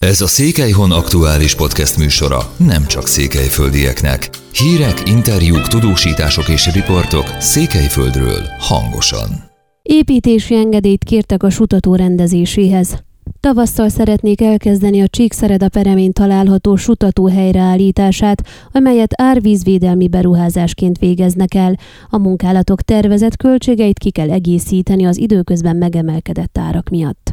Ez a Székelyhon aktuális podcast műsora nem csak székelyföldieknek. Hírek, interjúk, tudósítások és riportok Székelyföldről hangosan. Építési engedélyt kértek a sutató rendezéséhez. Tavasszal szeretnék elkezdeni a Csíkszereda peremén található sutató helyreállítását, amelyet árvízvédelmi beruházásként végeznek el. A munkálatok tervezett költségeit ki kell egészíteni az időközben megemelkedett árak miatt.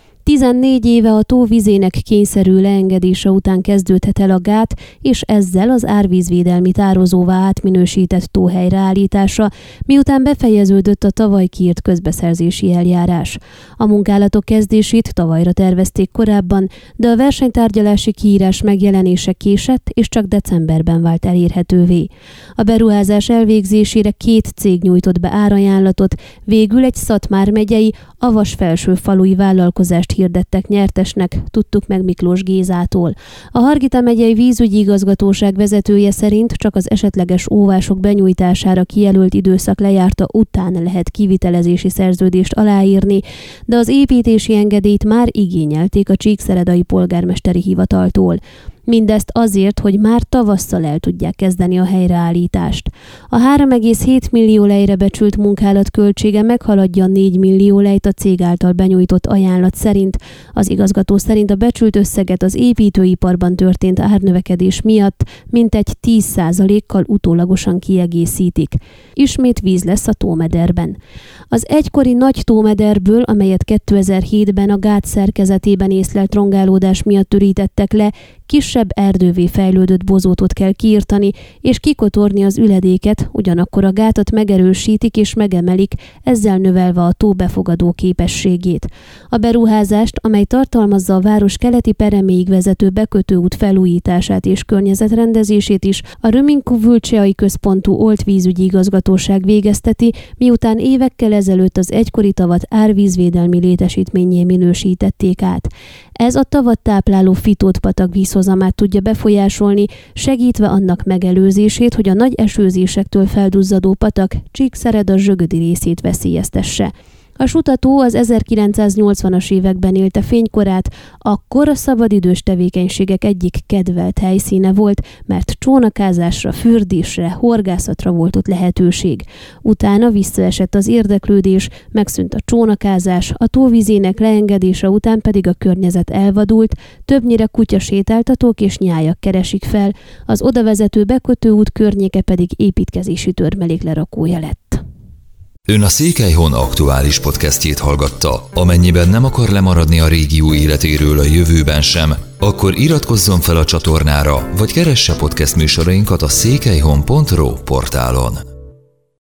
14 éve a tó vizének kényszerű leengedése után kezdődhet el a gát, és ezzel az árvízvédelmi tározóvá átminősített tó helyreállítása, miután befejeződött a tavaly kiírt közbeszerzési eljárás. A munkálatok kezdését tavalyra tervezték korábban, de a versenytárgyalási kiírás megjelenése késett, és csak decemberben vált elérhetővé. A beruházás elvégzésére 2 cég nyújtott be árajánlatot, végül egy Szatmár megyei, Avas-felsőfalui vállalkozást hirdettek nyertesnek, tudtuk meg Miklós Gézától. A Hargita megyei vízügyi igazgatóság vezetője szerint csak az esetleges óvások benyújtására kijelölt időszak lejárta után lehet kivitelezési szerződést aláírni, de az építési engedélyt már igényelték a csíkszeredai polgármesteri hivataltól. Mindezt azért, hogy már tavasszal el tudják kezdeni a helyreállítást. A 3,7 millió lejre becsült munkálat költsége meghaladja 4 millió lejt a cég által benyújtott ajánlat szerint. Az igazgató szerint a becsült összeget az építőiparban történt árnövekedés miatt mintegy 10%-kal utólagosan kiegészítik. Ismét víz lesz a tómederben. Az egykori nagy tómederből, amelyet 2007-ben a gát szerkezetében észlelt rongálódás miatt ürítettek le, kisebb erdővé fejlődött bozótot kell kiirtani és kikotorni az üledéket, ugyanakkor a gátat megerősítik és megemelik, ezzel növelve a tó befogadó képességét. A beruházást, amely tartalmazza a város keleti pereméig vezető bekötőút felújítását és környezetrendezését is, a Röminkú-Vülcseai központú Olt vízügyi igazgatóság végezteti, miután évekkel ezelőtt az egykori tavat árvízvédelmi létesítménnyé minősítették át. Ez a tavat tápláló Fitód-patak vízhozamát tudja befolyásolni, segítve annak megelőzését, hogy a nagy esőzésektől felduzzadó patak Csíkszereda zsögödi részét veszélyeztesse. A sutató az 1980-as években élte fénykorát, akkor a szabadidős tevékenységek egyik kedvelt helyszíne volt, mert csónakázásra, fürdésre, horgászatra volt ott lehetőség. Utána visszaesett az érdeklődés, megszűnt a csónakázás, a tóvizének leengedése után pedig a környezet elvadult, többnyire kutyasétáltatók és nyájak keresik fel, az odavezető bekötőút környéke pedig építkezési törmelék lerakója lett. Ön a Székelyhon aktuális podcastjét hallgatta. Amennyiben nem akar lemaradni a régió életéről a jövőben sem, akkor iratkozzon fel a csatornára, vagy keresse podcast műsorainkat a székelyhon.ro portálon.